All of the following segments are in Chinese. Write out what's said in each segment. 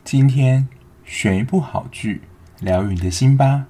今天选一部好剧，疗愈你的心吧。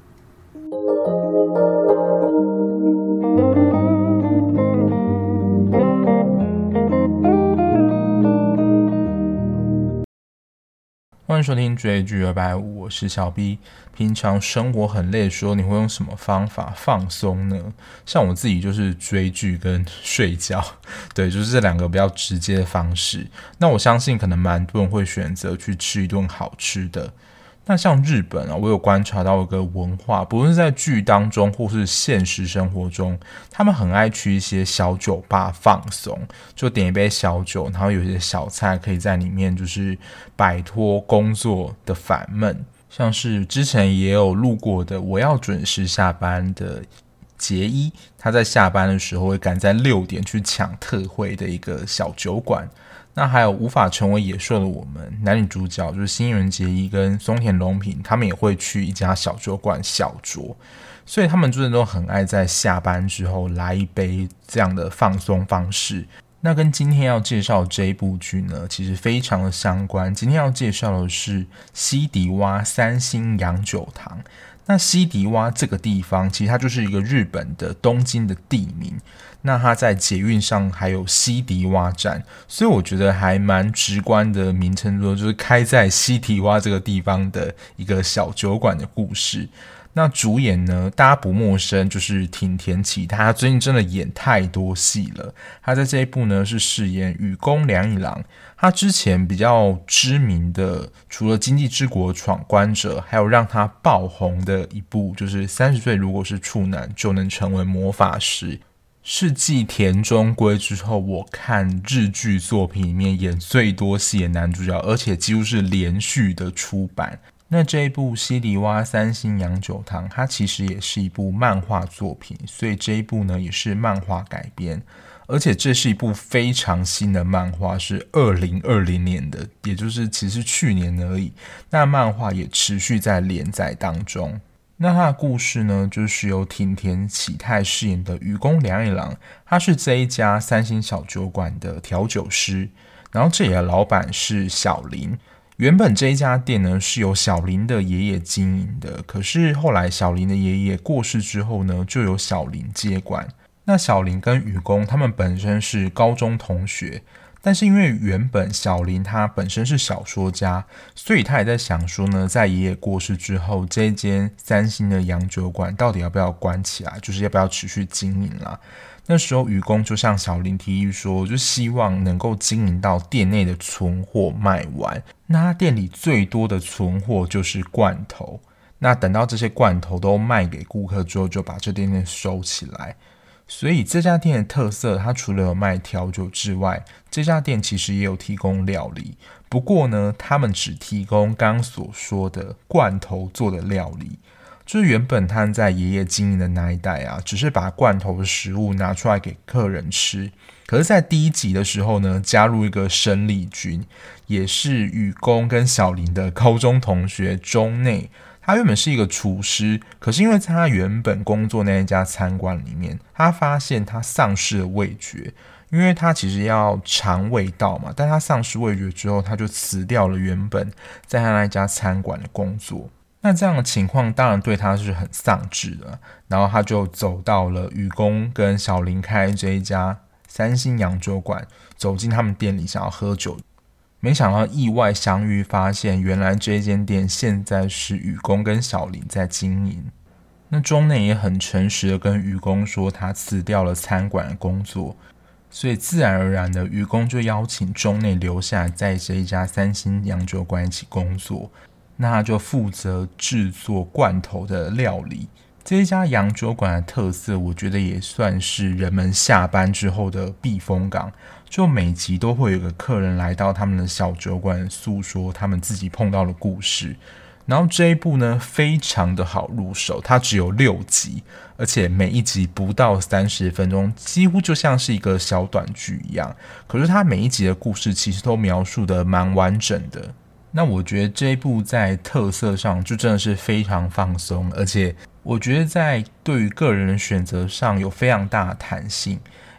欢迎收听追剧250，我是小 B。平常生活很累的时候，你会用什么方法放松呢？像我自己就是追剧跟睡觉，对，就是这两个比较直接的方式。那我相信可能蛮多人会选择去吃一顿好吃的。那像日本啊，我有观察到一个文化，不论是在剧当中或是现实生活中，他们很爱去一些小酒吧放松，就点一杯小酒，然后有一些小菜可以在里面就是摆脱工作的烦闷。像是之前也有录过的我要准时下班的杰伊，他在下班的时候会赶在6点去抢特惠的一个小酒馆。那还有无法成为野兽的我们，男女主角就是新垣结衣跟松田龙平，他们也会去一家小酒馆小酌，所以他们真的都很爱在下班之后来一杯这样的放松方式。那跟今天要介绍这一部剧呢，其实非常的相关。今天要介绍的是西迪洼三星洋酒堂。那西迪洼这个地方，其实它就是一个日本的东京的地名。那它在捷运上还有西迪洼站，所以我觉得还蛮直观的名称，就是开在西迪洼这个地方的一个小酒馆的故事。那主演呢，大家不陌生，就是町田启太，他最近真的演太多戏了。他在这一部呢是饰演雨宫良一郎。他之前比较知名的，除了《经济之国闯关者》，还有让他爆红的一部，就是30岁如果是处男就能成为魔法师。是继田中圭之后，我看日剧作品里面演最多戏的男主角，而且几乎是连续的出版。那这一部西迪洼三星洋酒堂，它其实也是一部漫画作品，所以这一部呢也是漫画改编，而且这是一部非常新的漫画，是2020年的，也就是其实去年而已。那漫画也持续在连载当中。那他的故事呢，就是由町田启太饰演的雨宫良一郎，他是这一家三星小酒馆的调酒师，然后这里的老板是小林。原本这一家店呢是由小林的爷爷经营的，可是后来小林的爷爷过世之后呢，就由小林接管。那小林跟雨宫他们本身是高中同学，但是因为原本小林他本身是小说家，所以他也在想说呢，在爷爷过世之后，这一间三星的洋酒馆到底要不要关起来，就是要不要持续经营啦。那时候雨宫就向小林提议说，就希望能够经营到店内的存货卖完。那他店里最多的存货就是罐头，那等到这些罐头都卖给顾客之后，就把这店收起来。所以这家店的特色，它除了有卖调酒之外，这家店其实也有提供料理。不过呢，他们只提供刚刚所说的罐头做的料理。就是原本他在爷爷经营的那一代啊，只是把罐头的食物拿出来给客人吃。可是在第一集的时候呢，加入一个生力军，也是雨宫跟小林的高中同学中内。他原本是一个厨师，可是因为在他原本工作那一家餐馆里面，他发现他丧失了味觉，因为他其实要尝味道嘛，但他丧失味觉之后，他就辞掉了原本在他那一家餐馆的工作。那这样的情况当然对他是很丧志的，然后他就走到了雨宫跟小林开这一家三星洋酒馆，走进他们店里想要喝酒。没想到意外相遇，发现原来这间店现在是雨宫跟小林在经营。那中内也很诚实的跟雨宫说他辞掉了餐馆的工作，所以自然而然的雨宫就邀请中内留下来在这一家三星洋酒馆一起工作。那他就负责制作罐头的料理。这一家洋酒馆的特色，我觉得也算是人们下班之后的避风港。就每集都会有个客人来到他们的小酒馆，诉说他们自己碰到的故事。然后这一部呢，非常的好入手，它只有6集，而且每一集不到30分钟，几乎就像是一个小短剧一样。可是它每一集的故事其实都描述的蛮完整的。那我觉得这一部在特色上就真的是非常放松，而且我觉得在对于个人的选择上有非常大的弹性。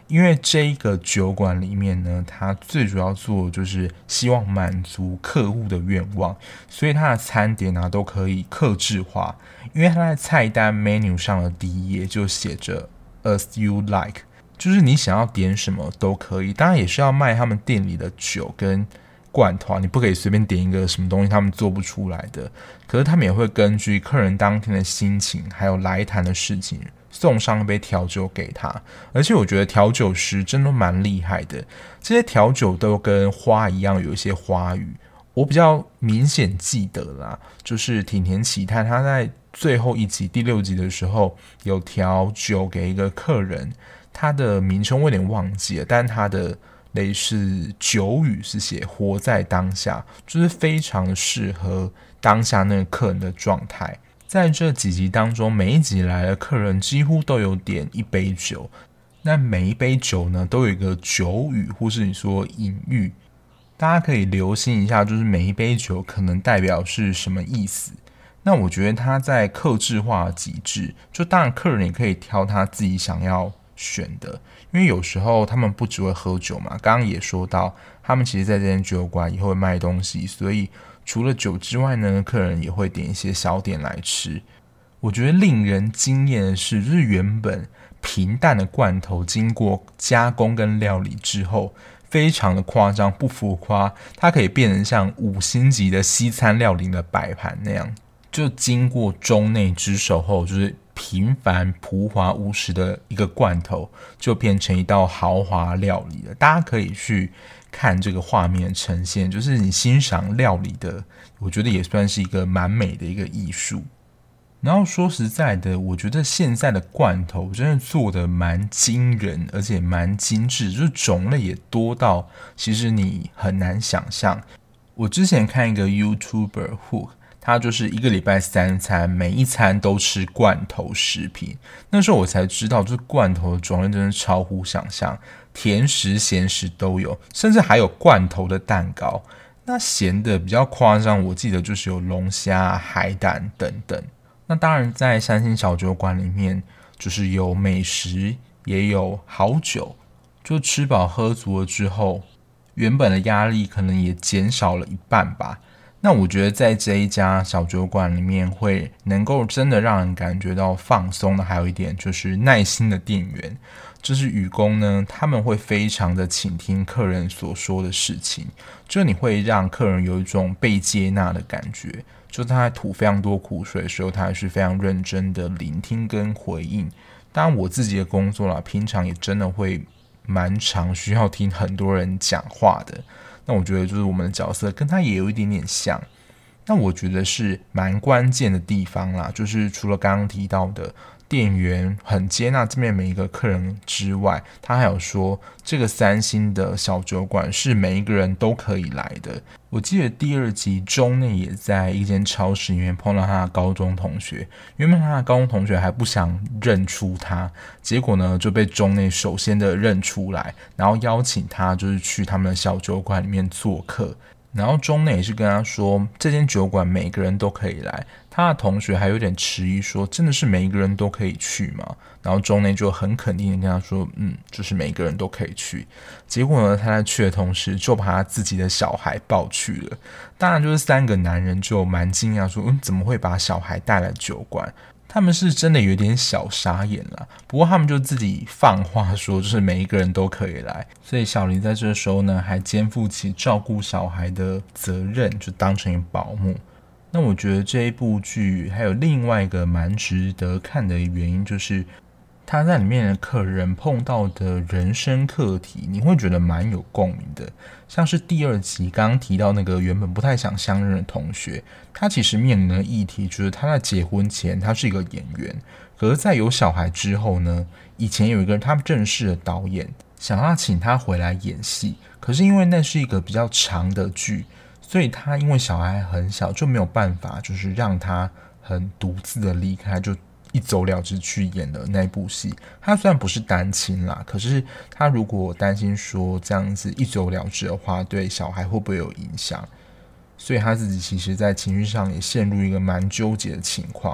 因为这个酒馆里面呢，它最主要做的就是希望满足客户的愿望，所以它的餐点啊都可以客制化。因为它在菜单 menu 上的第一页就写着 as you like， 就是你想要点什么都可以。当然也是要卖他们店里的酒跟罐头啊，你不可以随便点一个什么东西他们做不出来的。可是他们也会根据客人当天的心情还有来谈的事情送上一杯调酒给他。而且我觉得调酒师真的蛮厉害的，这些调酒都跟花一样有一些花语。我比较明显记得啦，就是町田启太他在最后一集第6集的时候有调酒给一个客人，他的名称我有点忘记了，但他的类似酒语是写活在当下，就是非常的适合当下那个客人的状态。在这几集当中，每一集来的客人几乎都有点一杯酒，那每一杯酒呢都有一个酒语或是你说隐喻，大家可以留心一下，就是每一杯酒可能代表是什么意思。那我觉得他在客制化的极致，就当然客人也可以挑他自己想要选的，因为有时候他们不只会喝酒嘛，刚刚也说到他们其实在这间酒馆也会卖东西，所以除了酒之外呢，客人也会点一些小点来吃。我觉得令人惊艳的是，就是原本平淡的罐头经过加工跟料理之后，非常的夸张不浮夸，它可以变成像5星级的西餐料理的摆盘那样，就经过中内之手后，就是平凡朴华无实的一个罐头就变成一道豪华料理了。大家可以去看这个画面呈现，就是你欣赏料理的，我觉得也算是一个蛮美的一个艺术。然后说实在的，我觉得现在的罐头真的做的蛮惊人，而且蛮精致，就是种类也多到其实你很难想象。我之前看一个 YouTuber Hook， 他就是一个礼拜3餐，每一餐都吃罐头食品。那时候我才知道，就是罐头的种类真的超乎想象，甜食、咸食都有，甚至还有罐头的蛋糕。那咸的比较夸张，我记得就是有龙虾、海胆等等。那当然，在三星小酒馆里面，就是有美食，也有好酒。就吃饱喝足了之后，原本的压力可能也减少了一半吧。那我觉得在这一家小酒馆里面，会能够真的让人感觉到放松的，还有一点就是耐心的店员，就是雨工呢，他们会非常的倾听客人所说的事情，就你会让客人有一种被接纳的感觉。就他在吐非常多苦水的时候，他还是非常认真的聆听跟回应。当然我自己的工作啦，平常也真的会蛮常需要听很多人讲话的。那我觉得就是我们的角色跟他也有一点点像。那我觉得是蛮关键的地方啦，就是除了刚刚提到的店员很接纳这边每一个客人之外，他还有说这个3星的小酒馆是每一个人都可以来的。我记得第2集中内也在一间超市里面碰到他的高中同学，原本他的高中同学还不想认出他，结果呢就被中内首先的认出来，然后邀请他就是去他们的小酒馆里面做客。然后中内也是跟他说，这间酒馆每个人都可以来。他的同学还有点迟疑说，真的是每一个人都可以去吗？然后中内就很肯定的跟他说，就是每一个人都可以去。结果呢，他在去的同时就把他自己的小孩抱去了。当然就是3个男人就蛮惊讶说，怎么会把小孩带来酒馆？他们是真的有点小傻眼啦，不过他们就自己放话说，就是每一个人都可以来，所以小林在这时候呢，还肩负起照顾小孩的责任，就当成一个保姆。那我觉得这一部剧还有另外一个蛮值得看的原因，就是他在里面的客人碰到的人生课题，你会觉得蛮有共鸣的。像是第2集刚刚提到那个原本不太想相认的同学，他其实面临的议题就是他在结婚前他是一个演员，可是在有小孩之后呢，以前有一个他正式的导演想要请他回来演戏，可是因为那是一个比较长的剧，所以他因为小孩很小就没有办法就是让他很独自的离开，就一走了之去演的那部戏。他虽然不是单亲啦，可是他如果担心说这样子一走了之的话，对小孩会不会有影响，所以他自己其实在情绪上也陷入一个蛮纠结的情况。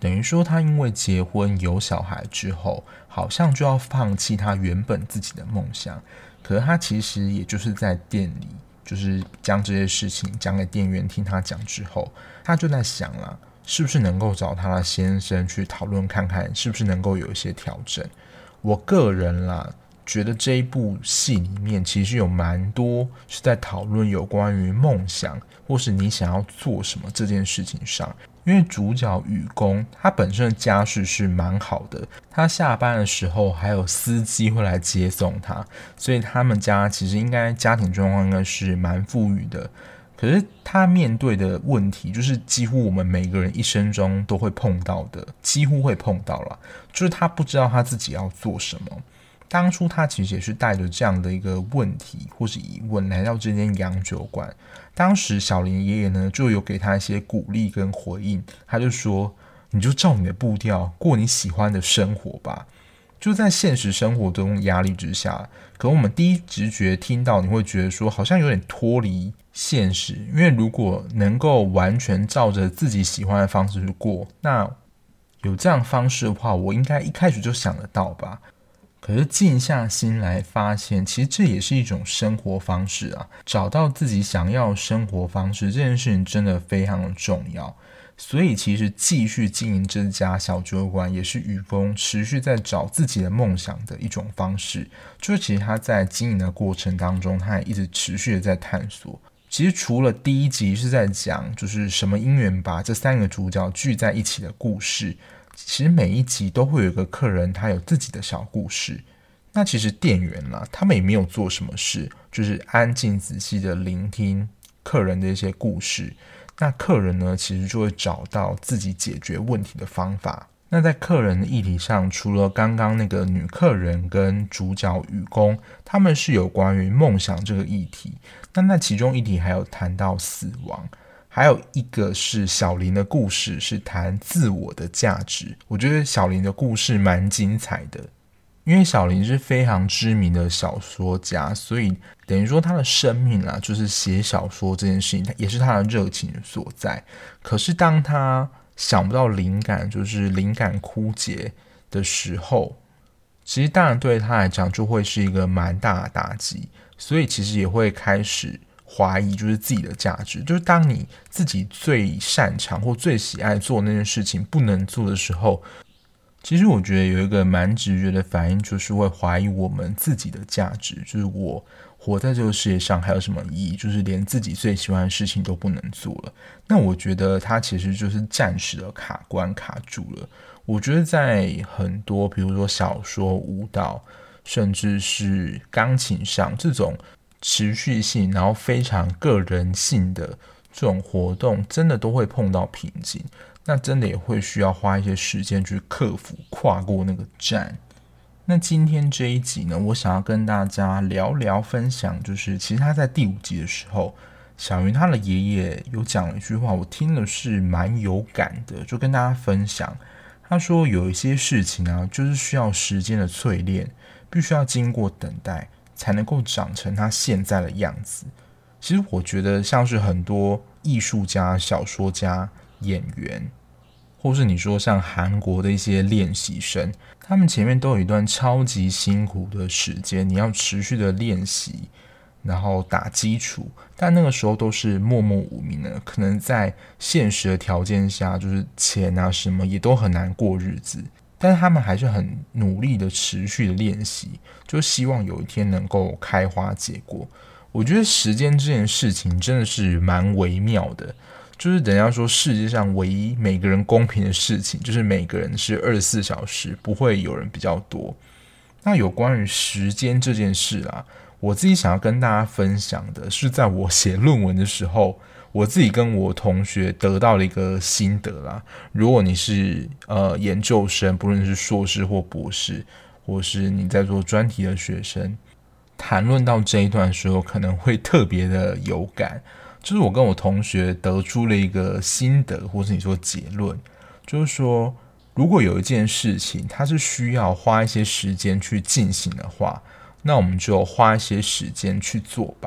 等于说他因为结婚有小孩之后，好像就要放弃他原本自己的梦想。可是他其实也就是在店里，就是将这些事情讲给店员听他讲之后，他就在想啦，是不是能够找他的先生去讨论看看，是不是能够有一些调整。我个人啦，觉得这一部戏里面其实有蛮多是在讨论有关于梦想，或是你想要做什么这件事情上。因为主角雨宫他本身的家世是蛮好的，他下班的时候还有司机会来接送他，所以他们家其实应该家庭状况应该是蛮富裕的。可是他面对的问题就是几乎我们每个人一生中都会碰到的，几乎会碰到啦，就是他不知道他自己要做什么。当初他其实也是带着这样的一个问题或是疑问来到这间洋酒馆。当时小林爷爷呢就有给他一些鼓励跟回应，他就说你就照你的步调过你喜欢的生活吧。就在现实生活中压力之下，可能我们第一直觉听到你会觉得说好像有点脱离现实，因为如果能够完全照着自己喜欢的方式去过，那有这样的方式的话，我应该一开始就想得到吧。可是静下心来发现，其实这也是一种生活方式啊，找到自己想要的生活方式这件事情真的非常的重要。所以其实继续经营这家小酒馆也是雨宫持续在找自己的梦想的一种方式，就是其实他在经营的过程当中，他也一直持续的在探索。其实除了第一集是在讲就是什么因缘把这三个主角聚在一起的故事，其实每一集都会有一个客人他有自己的小故事。那其实店员啦，他们也没有做什么事，就是安静仔细的聆听客人的一些故事。那客人呢，其实就会找到自己解决问题的方法。那在客人的议题上，除了刚刚那个女客人跟主角雨宫，他们是有关于梦想这个议题。那其中一题还有谈到死亡，还有一个是小林的故事，是谈自我的价值。我觉得小林的故事蛮精彩的，因为小林是非常知名的小说家，所以等于说他的生命啊，就是写小说这件事情，也是他的热情所在。可是当他想不到灵感，就是灵感枯竭的时候，其实当然对他来讲就会是一个蛮大的打击，所以其实也会开始怀疑就是自己的价值。就是当你自己最擅长或最喜爱做那件事情不能做的时候，其实我觉得有一个蛮直觉的反应，就是会怀疑我们自己的价值，就是我活在这个世界上还有什么意义，就是连自己最喜欢的事情都不能做了。那我觉得他其实就是暂时的卡关卡住了。我觉得在很多比如说小说、舞蹈甚至是钢琴上，这种持续性然后非常个人性的这种活动真的都会碰到瓶颈，那真的也会需要花一些时间去克服跨过那个站。那今天这一集呢，我想要跟大家聊聊分享，就是其实他在第5集的时候，小云他的爷爷有讲了一句话，我听了是蛮有感的，就跟大家分享。他说有一些事情啊，就是需要时间的淬炼，必须要经过等待才能够长成他现在的样子。其实我觉得像是很多艺术家、小说家、演员，或是你说像韩国的一些练习生，他们前面都有一段超级辛苦的时间，你要持续的练习，然后打基础，但那个时候都是默默无名的，可能在现实的条件下，就是钱啊什么也都很难过日子，但是他们还是很努力的持续的练习，就希望有一天能够开花结果。我觉得时间这件事情真的是蛮微妙的，就是人家说世界上唯一每个人公平的事情，就是每个人是24小时，不会有人比较多。那有关于时间这件事啊，我自己想要跟大家分享的是，在我写论文的时候，我自己跟我同学得到了一个心得啦。如果你是研究生，不论是硕士或博士，或是你在做专题的学生，谈论到这一段的时候，可能会特别的有感。就是我跟我同学得出了一个心得，或是你说结论，就是说，如果有一件事情它是需要花一些时间去进行的话，那我们就花一些时间去做吧。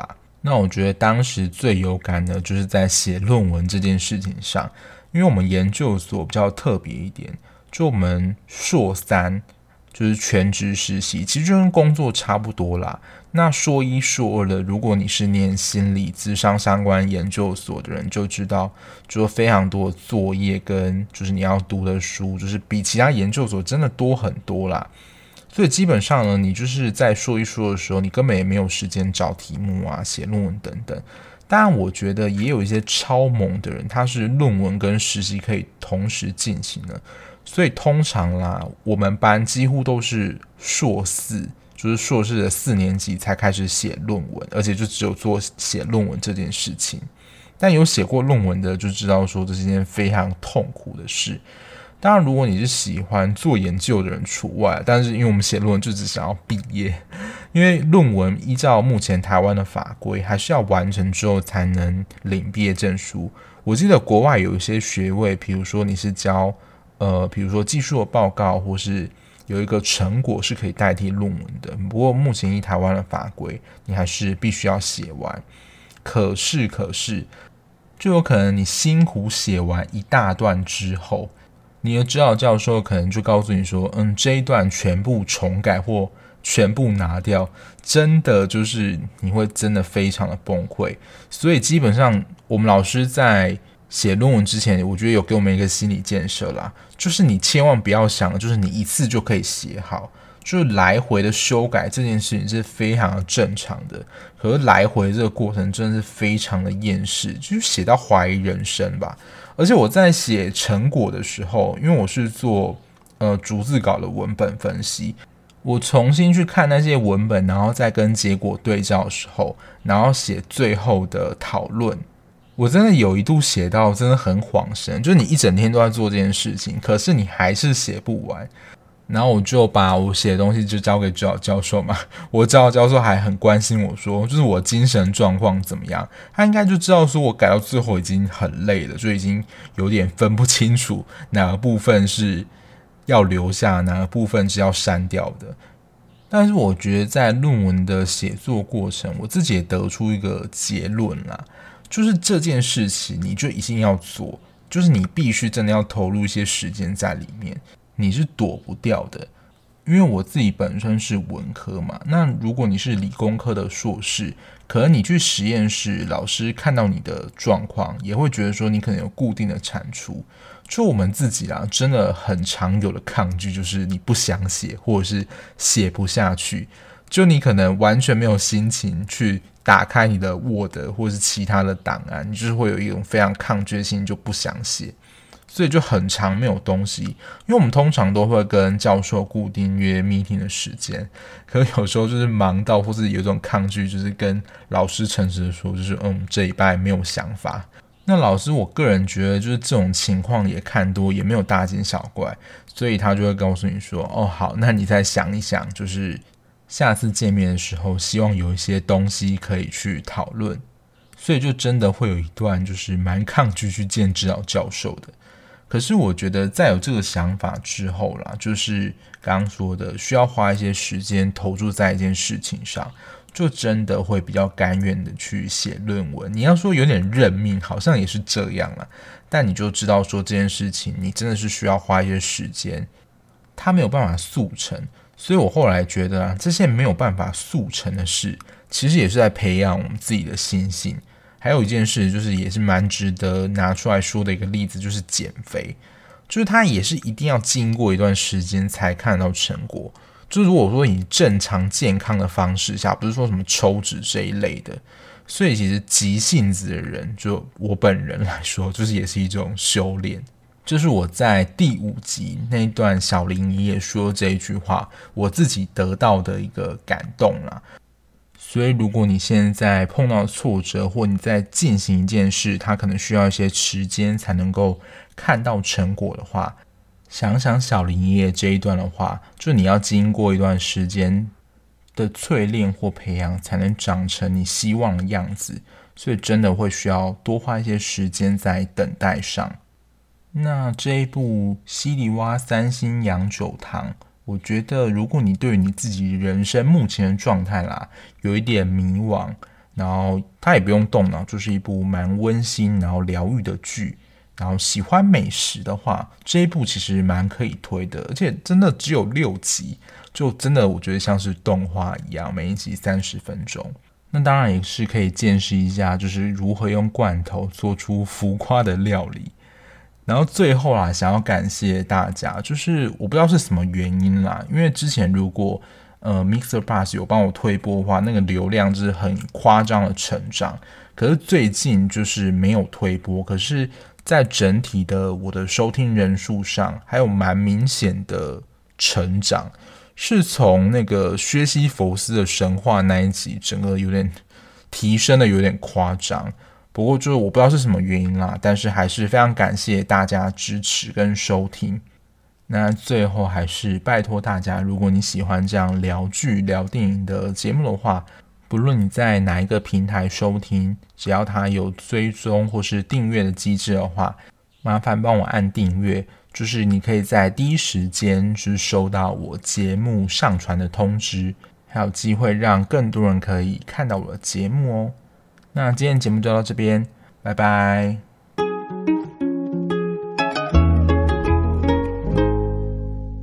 那我觉得当时最有感的就是在写论文这件事情上，因为我们研究所比较特别一点，就我们硕三就是全职实习，其实就跟工作差不多啦。那硕一硕二的，如果你是念心理咨商相关研究所的人，就知道就非常多的作业跟就是你要读的书，就是比其他研究所真的多很多啦。所以基本上呢，你就是在硕一硕二的时候，你根本也没有时间找题目啊、写论文等等。当然，我觉得也有一些超猛的人，他是论文跟实习可以同时进行的。所以通常啦，我们班几乎都是硕四，就是硕士的4年级才开始写论文，而且就只有做写论文这件事情。但有写过论文的就知道说这是一件非常痛苦的事。当然，如果你是喜欢做研究的人除外，但是因为我们写论文就只想要毕业，因为论文依照目前台湾的法规，还是要完成之后才能领毕业证书。我记得国外有一些学位，比如说你是交比如说技术的报告，或是有一个成果是可以代替论文的。不过目前依台湾的法规，你还是必须要写完。可是，就有可能你辛苦写完一大段之后，你的指导教授可能就告诉你说，这一段全部重改或全部拿掉，真的就是你会真的非常的崩溃。所以基本上我们老师在写论文之前，我觉得有给我们一个心理建设啦，就是你千万不要想就是你一次就可以写好，就是来回的修改这件事情是非常的正常的。可是来回这个过程真的是非常的厌世，就是写到怀疑人生吧。而且我在写成果的时候，因为我是做逐字稿的文本分析，我重新去看那些文本，然后再跟结果对照的时候，然后写最后的讨论，我真的有一度写到真的很恍神，就是你一整天都在做这件事情，可是你还是写不完。然后我就把我写的东西就交给指导教授嘛，我指导教授还很关心我说，就是我精神状况怎么样，他应该就知道说我改到最后已经很累了，就已经有点分不清楚哪个部分是要留下，哪个部分是要删掉的。但是我觉得在论文的写作过程，我自己也得出一个结论啦，就是这件事情你就一定要做，就是你必须真的要投入一些时间在里面，你是躲不掉的。因为我自己本身是文科嘛，那如果你是理工科的硕士，可能你去实验室，老师看到你的状况，也会觉得说你可能有固定的产出。就我们自己啦，真的很常有的抗拒，就是你不想写，或者是写不下去，就你可能完全没有心情去打开你的 Word 或是其他的档案，你就是会有一种非常抗拒性，就不想写。所以就很长没有东西，因为我们通常都会跟教授固定约 meeting 的时间，可是有时候就是忙到或是有一种抗拒，就是跟老师诚实的说，就是这礼拜没有想法。那老师我个人觉得就是这种情况也看多，也没有大惊小怪，所以他就会告诉你说，好，那你再想一想，就是下次见面的时候，希望有一些东西可以去讨论。所以就真的会有一段就是蛮抗拒去见指导教授的。可是我觉得在有这个想法之后啦，就是刚刚说的需要花一些时间投注在一件事情上，就真的会比较甘愿的去写论文。你要说有点认命，好像也是这样啦，但你就知道说这件事情你真的是需要花一些时间，它没有办法速成。所以我后来觉得这些没有办法速成的事，其实也是在培养我们自己的心性。还有一件事就是也是蛮值得拿出来说的一个例子，就是减肥，就是它也是一定要经过一段时间才看到成果。就如果说以正常健康的方式下，不是说什么抽脂这一类的，所以其实急性子的人，就我本人来说，就是也是一种修炼。这是我在第5集那一段小林一也说这一句话，我自己得到的一个感动啦。所以如果你现在碰到挫折，或你在进行一件事，它可能需要一些时间才能够看到成果的话，想想小林一也这一段的话，就你要经过一段时间的淬炼或培养，才能长成你希望的样子。所以真的会需要多花一些时间在等待上。那这一部西里洼3星洋酒堂，我觉得如果你对于你自己人生目前的状态啦有一点迷惘， 然后它也不用动脑，就是一部蛮温馨然后疗愈的剧。然后喜欢美食的话，这一部其实蛮可以推的，而且真的只有6集，就真的我觉得像是动画一样，每一集30分钟。那当然也是可以见识一下，就是如何用罐头做出浮夸的料理。然后最后啦，想要感谢大家，就是我不知道是什么原因啦，因为之前如果Mixer Plus 有帮我推播的话，那个流量就是很夸张的成长。可是最近就是没有推播，可是在整体的我的收听人数上，还有蛮明显的成长，是从那个薛西弗斯的神话那一集，整个有点提升的有点夸张。不过就是我不知道是什么原因啦，但是还是非常感谢大家支持跟收听。那最后还是拜托大家，如果你喜欢这样聊剧聊电影的节目的话，不论你在哪一个平台收听，只要它有追踪或是订阅的机制的话，麻烦帮我按订阅，就是你可以在第一时间就是收到我节目上传的通知，还有机会让更多人可以看到我的节目哦。那今天的节目就到这边，拜拜。